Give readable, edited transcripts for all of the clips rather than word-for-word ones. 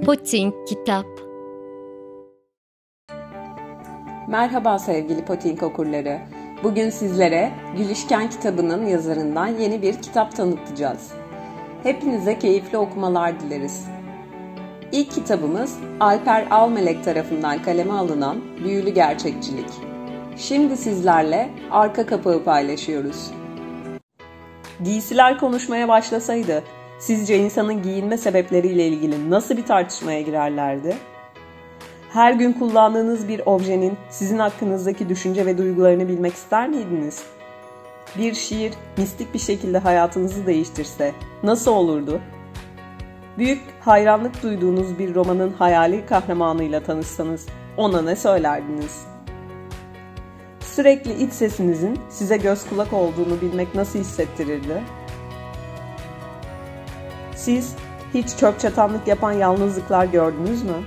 Poting Kitap. Merhaba sevgili Poting okurları. Bugün sizlere Gülüşken kitabının yazarından yeni bir kitap tanıtacağız. Hepinize keyifli okumalar dileriz. İlk kitabımız Alper Almelek tarafından kaleme alınan Büyülü Gerçekçilik. Şimdi sizlerle arka kapağı paylaşıyoruz. Giysiler konuşmaya başlasaydı, sizce insanın giyinme sebepleriyle ilgili nasıl bir tartışmaya girerlerdi? Her gün kullandığınız bir objenin sizin hakkınızdaki düşünce ve duygularını bilmek ister miydiniz? Bir şiir mistik bir şekilde hayatınızı değiştirse nasıl olurdu? Büyük hayranlık duyduğunuz bir romanın hayali kahramanıyla tanışsanız ona ne söylerdiniz? Sürekli iç sesinizin size göz kulak olduğunu bilmek nasıl hissettirirdi? Siz hiç çöp çatanlık yapan yalnızlıklar gördünüz mü?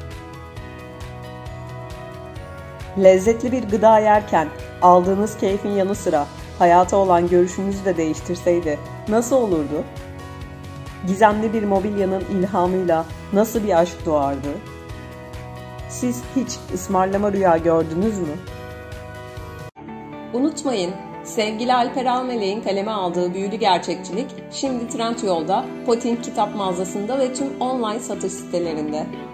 Lezzetli bir gıda yerken aldığınız keyfin yanı sıra hayata olan görüşünüzü de değiştirseydi nasıl olurdu? Gizemli bir mobilyanın ilhamıyla nasıl bir aşk doğardı? Siz hiç ısmarlama rüya gördünüz mü? Unutmayın, sevgili Alper Almelek'in kaleme aldığı Büyülü Gerçekçilik şimdi Trendyol'da, Poting Kitap Mağazası'nda ve tüm online satış sitelerinde.